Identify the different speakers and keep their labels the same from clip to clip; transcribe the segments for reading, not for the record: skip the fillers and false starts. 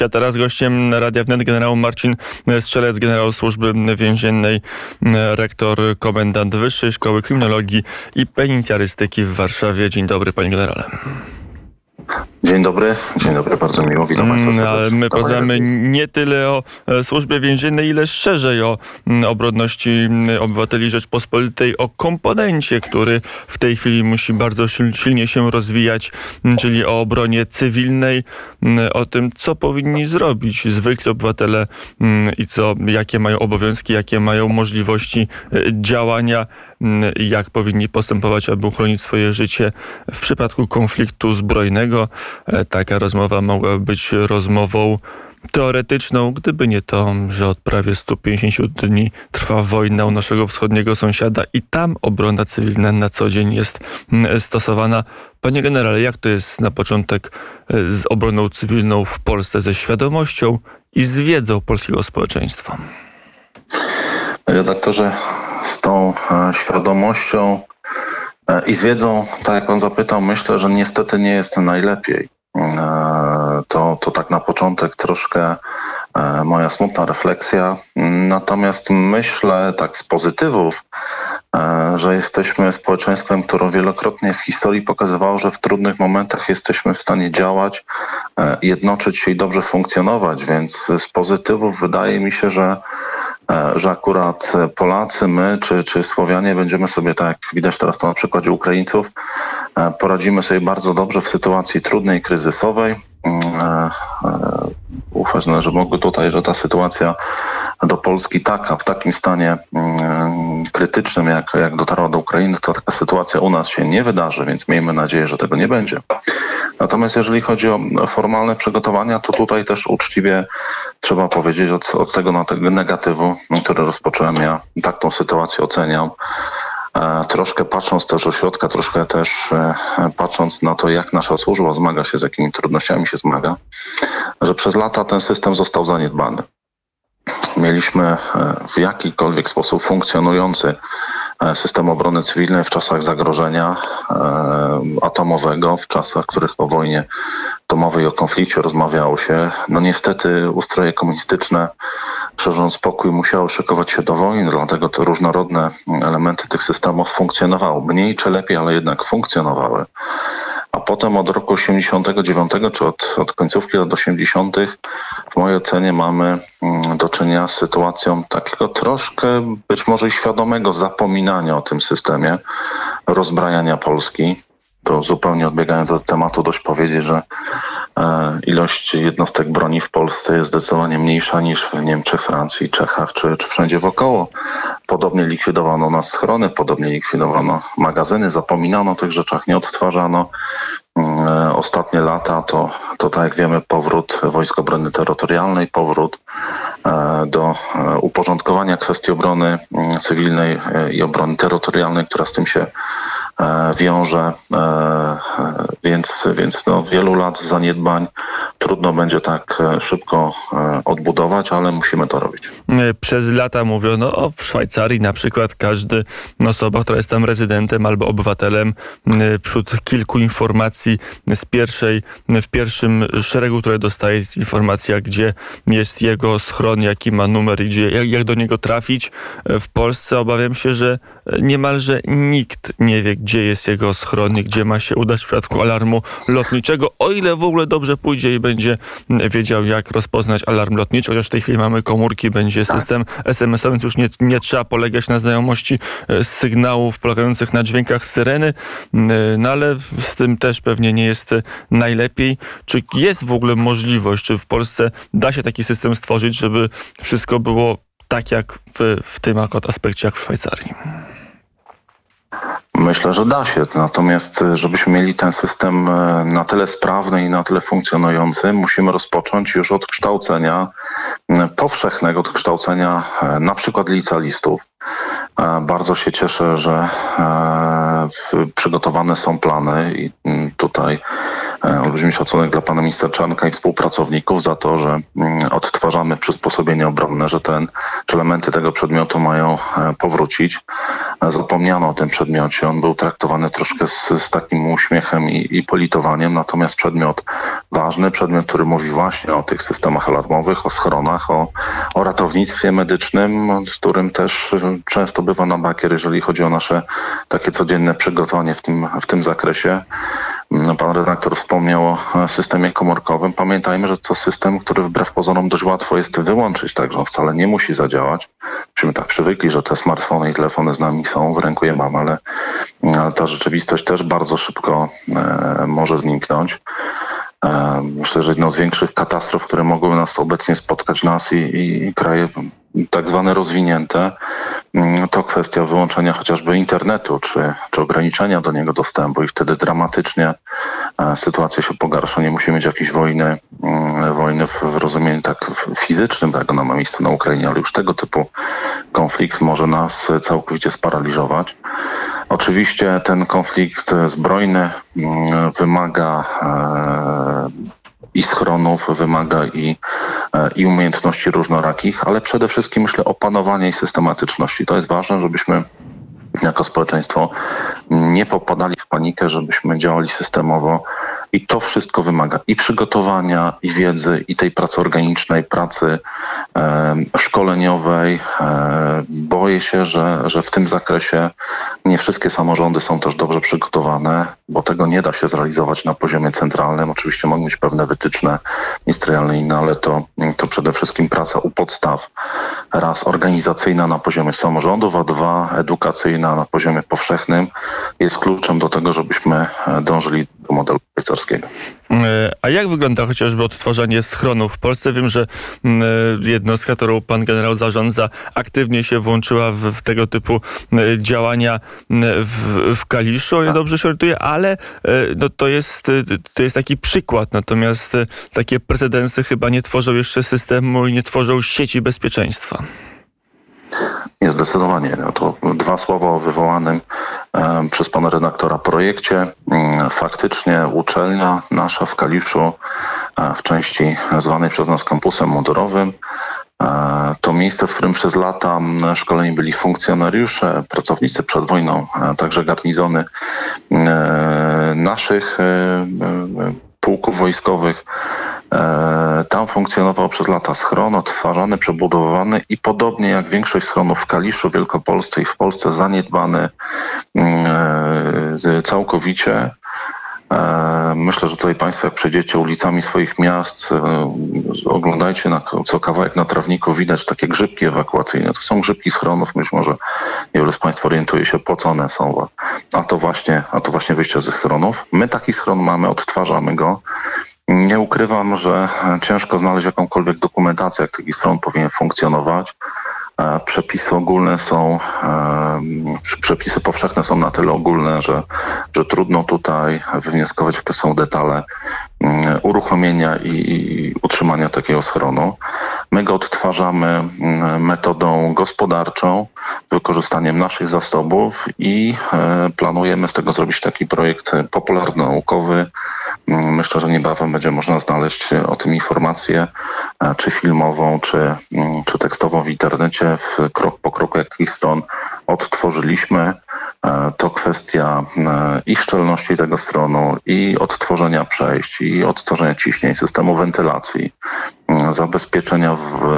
Speaker 1: A teraz gościem Radia Wnet generał Marcin Strzelec, generał Służby Więziennej, rektor, komendant Wyższej Szkoły Kryminologii i Penitencjarystyki w Warszawie. Dzień dobry, panie generale.
Speaker 2: Dzień dobry, bardzo miło, witam Państwa serdecznie.
Speaker 1: My porozmawiamy nie tyle o Służbie Więziennej, ile szerzej o obronności obywateli Rzeczpospolitej, o komponencie, który w tej chwili musi bardzo silnie się rozwijać, czyli o obronie cywilnej, o tym, co powinni zrobić zwykli obywatele i jakie mają obowiązki, jakie mają możliwości działania, jak powinni postępować, aby uchronić swoje życie w przypadku konfliktu zbrojnego. Taka rozmowa mogłaby być rozmową teoretyczną, gdyby nie to, że od prawie 150 dni trwa wojna u naszego wschodniego sąsiada i tam obrona cywilna na co dzień jest stosowana. Panie generale, jak to jest na początek z obroną cywilną w Polsce, ze świadomością i z wiedzą polskiego społeczeństwa?
Speaker 2: Redaktorze, z tą świadomością i z wiedzą, tak jak pan zapytał, myślę, że niestety nie jest najlepiej. To tak na początek troszkę moja smutna refleksja. Natomiast myślę tak z pozytywów, że jesteśmy społeczeństwem, które wielokrotnie w historii pokazywało, że w trudnych momentach jesteśmy w stanie działać, jednoczyć się i dobrze funkcjonować. Więc z pozytywów wydaje mi się, że akurat Polacy, my czy Słowianie będziemy sobie, tak jak widać teraz to na przykładzie Ukraińców, poradzimy sobie bardzo dobrze w sytuacji trudnej, kryzysowej. Ufać należy Bogu tutaj, że ta sytuacja do Polski w takim stanie krytycznym, jak dotarła do Ukrainy, to taka sytuacja u nas się nie wydarzy, więc miejmy nadzieję, że tego nie będzie. Natomiast jeżeli chodzi o formalne przygotowania, to tutaj też uczciwie trzeba powiedzieć od tego negatywu, który rozpocząłem. Ja tak tą sytuację oceniam. Troszkę patrząc też do środka, troszkę też patrząc na to, jak nasza służba zmaga się, z jakimi trudnościami się zmaga, że przez lata ten system został zaniedbany. Mieliśmy w jakikolwiek sposób funkcjonujący system obrony cywilnej w czasach zagrożenia atomowego, w czasach, w których o wojnie domowej, o konflikcie rozmawiało się. No niestety ustroje komunistyczne, szerząc spokój, musiały szykować się do wojny, dlatego te różnorodne elementy tych systemów funkcjonowały. Mniej czy lepiej, ale jednak funkcjonowały. A potem od roku 89, czy od końcówki lat 80. w mojej ocenie mamy do czynienia z sytuacją takiego troszkę być może i świadomego zapominania o tym systemie, rozbrajania Polski. To zupełnie odbiegając od tematu, dość powiedzieć, że ilość jednostek broni w Polsce jest zdecydowanie mniejsza niż w Niemczech, Francji, Czechach czy wszędzie wokoło. Podobnie likwidowano u nas schrony, podobnie likwidowano magazyny, zapominano o tych rzeczach, nie odtwarzano. Ostatnie lata to tak jak wiemy, powrót Wojsk Obrony Terytorialnej, powrót do uporządkowania kwestii obrony cywilnej i obrony terytorialnej, która z tym się wiąże, więc wielu lat zaniedbań trudno będzie tak szybko odbudować, ale musimy to robić.
Speaker 1: Przez lata mówiono o Szwajcarii na przykład każdy osoba, która jest tam rezydentem albo obywatelem, wśród kilku informacji w pierwszym szeregu, które dostaje, jest informacja, gdzie jest jego schron, jaki ma numer i jak do niego trafić. W Polsce obawiam się, że niemalże nikt nie wie, gdzie jest jego schron, gdzie ma się udać w przypadku alarmu lotniczego, o ile w ogóle dobrze pójdzie i będzie wiedział, jak rozpoznać alarm lotniczy, chociaż w tej chwili mamy komórki, będzie system SMS-owy, więc już nie trzeba polegać na znajomości sygnałów polegających na dźwiękach syreny, no ale z tym też pewnie nie jest najlepiej. Czy jest w ogóle możliwość, czy w Polsce da się taki system stworzyć, żeby wszystko było tak jak w tym akurat aspekcie, jak w Szwajcarii?
Speaker 2: Myślę, że da się. Natomiast żebyśmy mieli ten system na tyle sprawny i na tyle funkcjonujący, musimy rozpocząć już od kształcenia, powszechnego od kształcenia na przykład licealistów. Bardzo się cieszę, że przygotowane są plany i tutaj olbrzymi szacunek dla pana ministra Czarnka i współpracowników za to, że odtwarzamy przysposobienie obronne, że elementy tego przedmiotu mają powrócić. Zapomniano o tym przedmiocie. On był traktowany troszkę z takim uśmiechem i politowaniem, natomiast przedmiot ważny, przedmiot, który mówi właśnie o tych systemach alarmowych, o schronach, o ratownictwie medycznym, z którym też często bywa na bakier, jeżeli chodzi o nasze takie codzienne przygotowanie w tym zakresie. Pan redaktor wspomniał o systemie komórkowym. Pamiętajmy, że to system, który wbrew pozorom dość łatwo jest wyłączyć, także on wcale nie musi zadziałać. Myśmy tak przywykli, że te smartfony i telefony z nami są, w ręku je mamy, ale ta rzeczywistość też bardzo szybko może zniknąć. Myślę, że jedną z większych katastrof, które mogłyby nas obecnie spotkać, nas i kraje tak zwane rozwinięte, to kwestia wyłączenia chociażby internetu, czy ograniczenia do niego dostępu i wtedy dramatycznie sytuacja się pogarsza. Nie musimy mieć jakiejś wojny w rozumieniu tak fizycznym, tak ona ma miejsce na Ukrainie, ale już tego typu konflikt może nas całkowicie sparaliżować. Oczywiście ten konflikt zbrojny wymaga i schronów, wymaga i umiejętności różnorakich, ale przede wszystkim myślę opanowania i systematyczności. To jest ważne, żebyśmy jako społeczeństwo nie popadali w panikę, żebyśmy działali systemowo i to wszystko wymaga i przygotowania, i wiedzy, i tej pracy organicznej, pracy szkoleniowej. Boję się, że w tym zakresie nie wszystkie samorządy są też dobrze przygotowane, bo tego nie da się zrealizować na poziomie centralnym. Oczywiście mogą być pewne wytyczne ministerialne inne, ale to przede wszystkim praca u podstaw. Raz organizacyjna na poziomie samorządów, a dwa edukacyjna na poziomie powszechnym jest kluczem do tego, żebyśmy dążyli do modelu szwajcarskiego.
Speaker 1: A jak wygląda chociażby odtwarzanie schronów w Polsce? Wiem, że jednostka, którą pan generał zarządza, aktywnie się włączyła w tego typu działania w Kaliszu, o ile dobrze się orientuję, ale no, to jest taki przykład. Natomiast takie precedensy chyba nie tworzą jeszcze systemu i nie tworzą sieci bezpieczeństwa.
Speaker 2: Nie, zdecydowanie. No to dwa słowa o wywołanym przez pana redaktora projekcie. Faktycznie uczelnia nasza w Kaliszu, w części zwanej przez nas kampusem mundurowym, to miejsce, w którym przez lata szkoleni byli funkcjonariusze, pracownicy przed wojną, także garnizony naszych pułków wojskowych. Tam funkcjonował przez lata schron, odtwarzany, przebudowywany i podobnie jak większość schronów w Kaliszu, Wielkopolsce i w Polsce zaniedbany całkowicie. Myślę, że tutaj państwo, jak przejdziecie ulicami swoich miast, oglądajcie co kawałek na trawniku, widać takie grzybki ewakuacyjne. To są grzybki schronów, być może niewiele z państwa orientuje się, po co one są. A to właśnie wyjście ze schronów. My taki schron mamy, odtwarzamy go. Nie ukrywam, że ciężko znaleźć jakąkolwiek dokumentację, jak taki schron powinien funkcjonować. Przepisy ogólne przepisy powszechne są na tyle ogólne, że trudno tutaj wywnioskować, jakie są detale uruchomienia i utrzymania takiego schronu. My go odtwarzamy metodą gospodarczą, wykorzystaniem naszych zasobów i planujemy z tego zrobić taki projekt popularno-naukowy. Myślę, że niebawem będzie można znaleźć o tym informację, czy filmową, czy tekstową w internecie, krok po kroku, jak takich stron odtworzyliśmy. To kwestia i szczelności tego stronu, i odtworzenia przejść, i odtworzenia ciśnień, systemu wentylacji, zabezpieczenia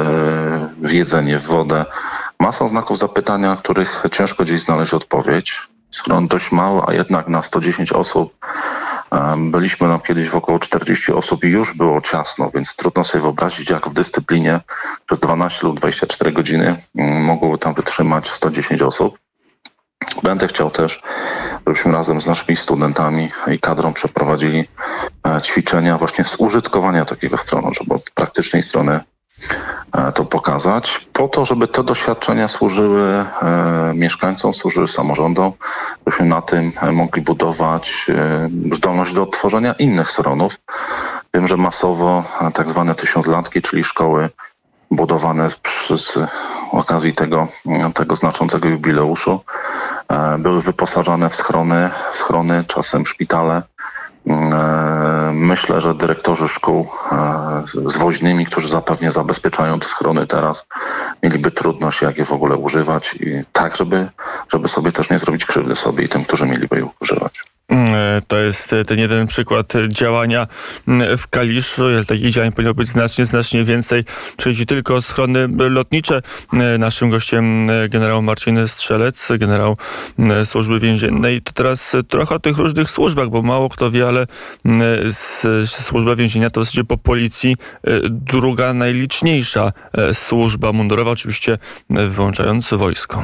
Speaker 2: w jedzenie, w wodę. Masą znaków zapytania, na których ciężko dziś znaleźć odpowiedź. Schron dość mały, a jednak na 110 osób. Byliśmy tam kiedyś w około 40 osób i już było ciasno, więc trudno sobie wyobrazić, jak w dyscyplinie przez 12 lub 24 godziny mogłoby tam wytrzymać 110 osób. Będę chciał też, żebyśmy razem z naszymi studentami i kadrą przeprowadzili ćwiczenia właśnie z użytkowania takiego stronu, żeby od praktycznej strony to pokazać, po to, żeby te doświadczenia służyły mieszkańcom, służyły samorządom, żebyśmy na tym mogli budować zdolność do odtworzenia innych schronów. Wiem, że masowo tak zwane tysiąclatki, czyli szkoły budowane przy okazji tego znaczącego jubileuszu, były wyposażane w schrony, czasem szpitale, Myślę, że dyrektorzy szkół z woźnymi, którzy zapewne zabezpieczają te schrony teraz, mieliby trudność, jak je w ogóle używać, i tak, żeby sobie też nie zrobić krzywdy sobie i tym, którzy mieliby je używać.
Speaker 1: To jest ten jeden przykład działania w Kaliszu. Takich działań powinno być znacznie więcej. Czyli tylko schrony lotnicze. Naszym gościem generał Marcin Strzelec, generał Służby Więziennej. To teraz trochę o tych różnych służbach, bo mało kto wie, ale Służba Więzienna to w zasadzie po policji druga najliczniejsza służba mundurowa, oczywiście wyłączając wojsko.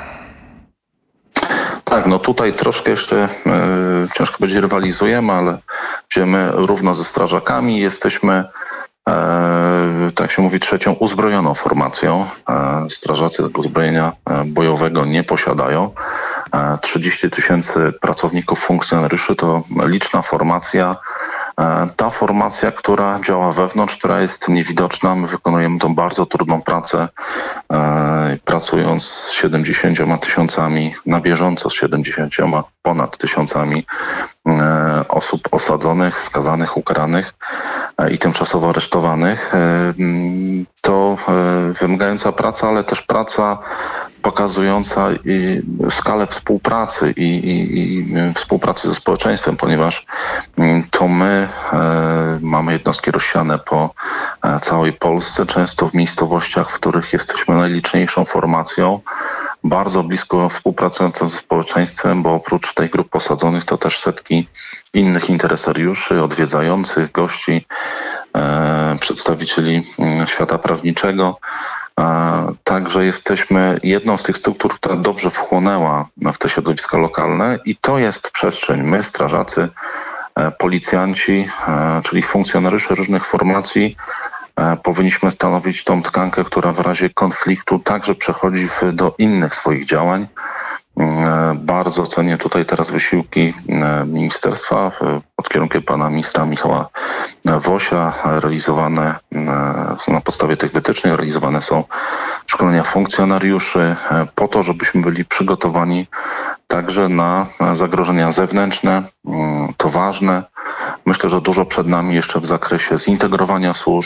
Speaker 2: Tak, no tutaj troszkę jeszcze ciężko będzie rywalizujemy, ale idziemy równo ze strażakami. Jesteśmy, tak się mówi, trzecią uzbrojoną formacją. Strażacy tego uzbrojenia bojowego nie posiadają. 30 000 pracowników, funkcjonariuszy to liczna formacja. Ta formacja, która działa wewnątrz, która jest niewidoczna, my wykonujemy tą bardzo trudną pracę, pracując z 70 000 na bieżąco, z 70 ponad tysiącami osób osadzonych, skazanych, ukaranych i tymczasowo aresztowanych. To wymagająca praca, ale też praca pokazująca skalę współpracy i współpracy ze społeczeństwem, ponieważ to my mamy jednostki rozsiane po całej Polsce, często w miejscowościach, w których jesteśmy najliczniejszą formacją, bardzo blisko współpracującą ze społeczeństwem, bo oprócz tej grupy osadzonych to też setki innych interesariuszy, odwiedzających, gości, przedstawicieli świata prawniczego. Także jesteśmy jedną z tych struktur, która dobrze wchłonęła w te środowiska lokalne i to jest przestrzeń. My, strażacy, policjanci, czyli funkcjonariusze różnych formacji, powinniśmy stanowić tą tkankę, która w razie konfliktu także przechodzi do innych swoich działań. Bardzo cenię tutaj teraz wysiłki ministerstwa pod kierunkiem pana ministra Michała Wosia. Realizowane są na podstawie tych wytycznych, realizowane są szkolenia funkcjonariuszy po to, żebyśmy byli przygotowani także na zagrożenia zewnętrzne. To ważne. Myślę, że dużo przed nami jeszcze w zakresie zintegrowania służb,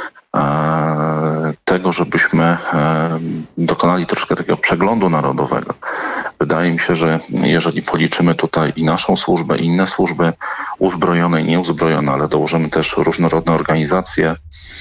Speaker 2: tego, żebyśmy dokonali troszkę takiego przeglądu narodowego. Wydaje mi się, że jeżeli policzymy tutaj i naszą służbę, i inne służby uzbrojone i nieuzbrojone, ale dołożymy też różnorodne organizacje,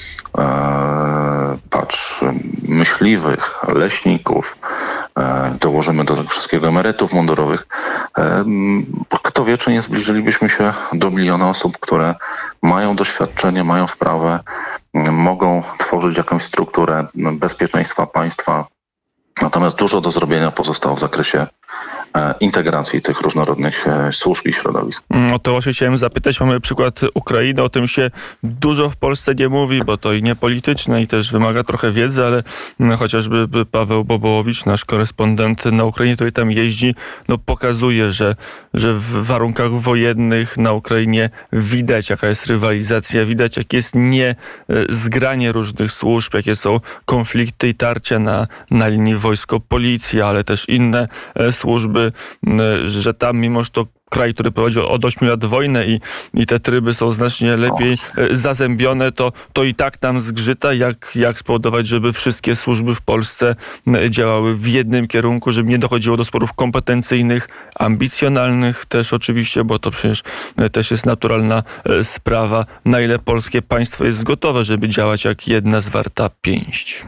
Speaker 2: myśliwych, leśników, dołożymy do tego wszystkiego emerytów mundurowych, kto wie, czy nie zbliżylibyśmy się do 1 miliona osób, które mają doświadczenie, mają wprawę, mogą tworzyć jakąś strukturę bezpieczeństwa państwa. Natomiast dużo do zrobienia pozostało w zakresie integracji tych różnorodnych służb i środowisk.
Speaker 1: O to właśnie chciałem zapytać. Mamy przykład Ukrainy. O tym się dużo w Polsce nie mówi, bo to i niepolityczne i też wymaga trochę wiedzy, ale chociażby Paweł Bobołowicz, nasz korespondent na Ukrainie, który tam jeździ, pokazuje, że w warunkach wojennych na Ukrainie widać, jaka jest rywalizacja, widać, jak jest zgranie różnych służb, jakie są konflikty i tarcia na linii wojsko-policja, ale też inne służby, że tam mimo, że to kraj, który prowadzi od 8 lat wojnę i te tryby są znacznie lepiej zazębione, to i tak nam zgrzyta, jak spowodować, żeby wszystkie służby w Polsce działały w jednym kierunku, żeby nie dochodziło do sporów kompetencyjnych, ambicjonalnych też oczywiście, bo to przecież też jest naturalna sprawa, na ile polskie państwo jest gotowe, żeby działać jak jedna zwarta pięść.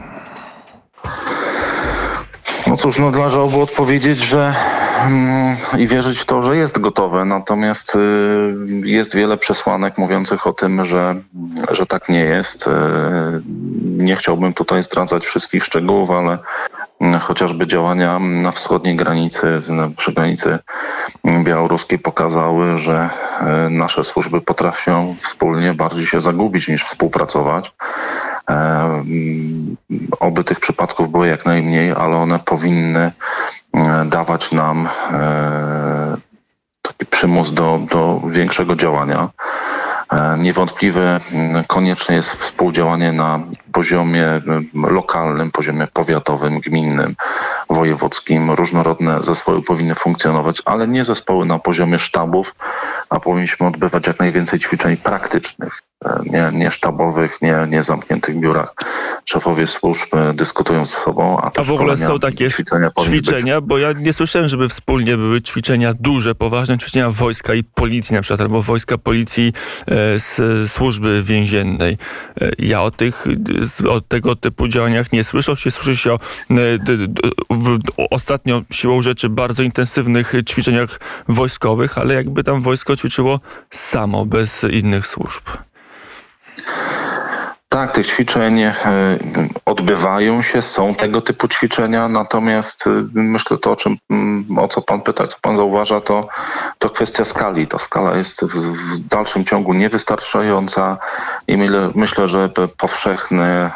Speaker 2: No cóż, należałoby odpowiedzieć, że i wierzyć w to, że jest gotowe. Natomiast jest wiele przesłanek mówiących o tym, że tak nie jest. Nie chciałbym tutaj zdradzać wszystkich szczegółów, ale chociażby działania na wschodniej granicy, przy granicy białoruskiej pokazały, że nasze służby potrafią wspólnie bardziej się zagubić niż współpracować. Oby tych przypadków było jak najmniej, ale one powinny dawać nam taki przymus do większego działania. Niewątpliwie konieczne jest współdziałanie na poziomie lokalnym, poziomie powiatowym, gminnym, wojewódzkim. Różnorodne zespoły powinny funkcjonować, ale nie zespoły na poziomie sztabów, a powinniśmy odbywać jak najwięcej ćwiczeń praktycznych. Nie sztabowych, nie zamkniętych biurach. Szefowie służb dyskutują ze sobą,
Speaker 1: a w ogóle są takie ćwiczenia, bo ja nie słyszałem, żeby wspólnie były ćwiczenia duże, poważne ćwiczenia wojska i policji na przykład, albo wojska, policji z służby więziennej. Ja o tego typu działaniach nie słyszę. Słyszy się o ostatnio siłą rzeczy bardzo intensywnych ćwiczeniach wojskowych, ale jakby tam wojsko ćwiczyło samo, bez innych służb.
Speaker 2: Tak, tych ćwiczeń odbywają się, są tego typu ćwiczenia, natomiast myślę o co pan pyta, co pan zauważa, to kwestia skali. Ta skala jest w dalszym ciągu niewystarczająca i myślę, że powszechny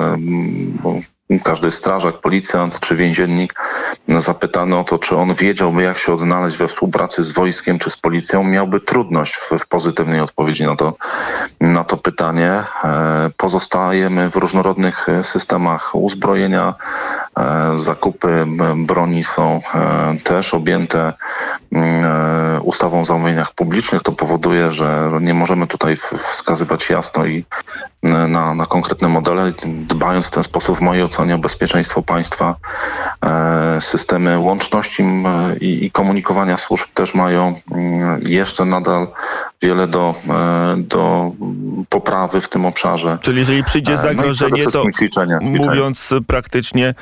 Speaker 2: każdy strażak, policjant czy więziennik zapytany o to, czy on wiedziałby, jak się odnaleźć we współpracy z wojskiem czy z policją, miałby trudność w pozytywnej odpowiedzi na to pytanie. Pozostajemy w różnorodnych systemach uzbrojenia. Zakupy broni są też objęte ustawą o zamówieniach publicznych. To powoduje, że nie możemy tutaj wskazywać jasno i na konkretne modele, dbając w ten sposób w mojej ocenie o bezpieczeństwo państwa. Systemy łączności i komunikowania służb też mają jeszcze nadal wiele do poprawy w tym obszarze.
Speaker 1: Czyli jeżeli przyjdzie zagrożenie, to mówiąc praktycznie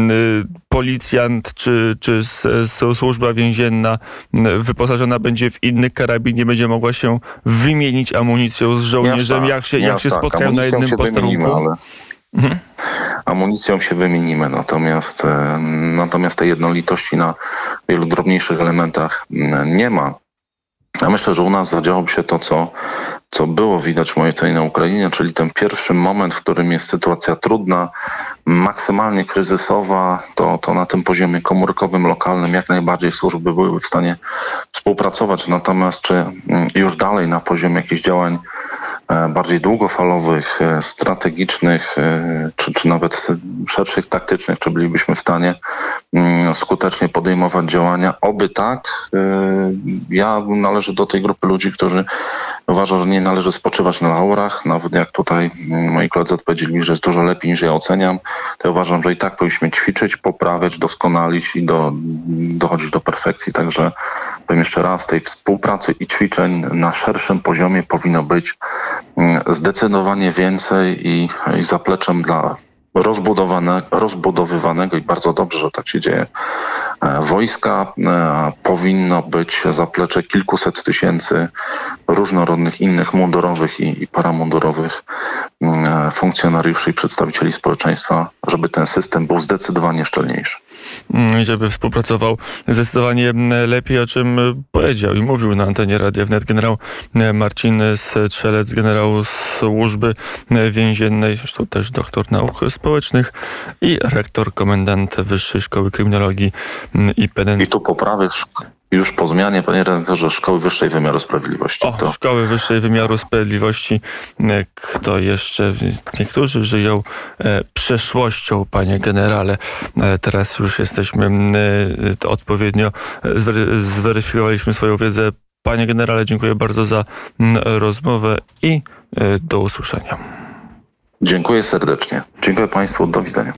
Speaker 1: policjant czy służba więzienna wyposażona będzie w inny karabin, nie będzie mogła się wymienić amunicją z żołnierzem, jak się spotkają na jednym posterunku.
Speaker 2: Amunicją się wymienimy, natomiast tej jednolitości na wielu drobniejszych elementach nie ma. Ja myślę, że u nas zadziałoby się to, co było widać w mojej ocenie na Ukrainie, czyli ten pierwszy moment, w którym jest sytuacja trudna, maksymalnie kryzysowa, to na tym poziomie komórkowym, lokalnym jak najbardziej służby byłyby w stanie współpracować. Natomiast czy już dalej na poziomie jakichś działań bardziej długofalowych, strategicznych, czy nawet szerszych, taktycznych, czy bylibyśmy w stanie skutecznie podejmować działania? Oby tak. Ja należę do tej grupy ludzi, którzy uważają, że nie należy spoczywać na laurach. Nawet jak tutaj moi koledzy odpowiedzieli mi, że jest dużo lepiej niż ja oceniam, to ja uważam, że i tak powinniśmy ćwiczyć, poprawiać, doskonalić i dochodzić do perfekcji. Także powiem jeszcze raz, tej współpracy i ćwiczeń na szerszym poziomie powinno być zdecydowanie więcej i zapleczem dla rozbudowywanego i bardzo dobrze, że tak się dzieje, wojska powinno być zaplecze kilkuset tysięcy różnorodnych innych mundurowych i paramundurowych funkcjonariuszy i przedstawicieli społeczeństwa, żeby ten system był zdecydowanie szczelniejszy.
Speaker 1: Żeby współpracował zdecydowanie lepiej, o czym powiedział i mówił na antenie Radia Wnet generał Marcin Strzelec, generał służby więziennej, zresztą też doktor nauk społecznych i rektor, komendant Wyższej Szkoły Kryminologii i Pedencji.
Speaker 2: I tu poprawy już po zmianie, panie redaktorze, Szkoły Wyższej Wymiaru Sprawiedliwości.
Speaker 1: Szkoły Wyższej Wymiaru Sprawiedliwości. Kto jeszcze? Niektórzy żyją przeszłością, panie generale. Teraz już jesteśmy odpowiednio, zweryfikowaliśmy swoją wiedzę. Panie generale, dziękuję bardzo za rozmowę i do usłyszenia.
Speaker 2: Dziękuję serdecznie. Dziękuję państwu. Do widzenia.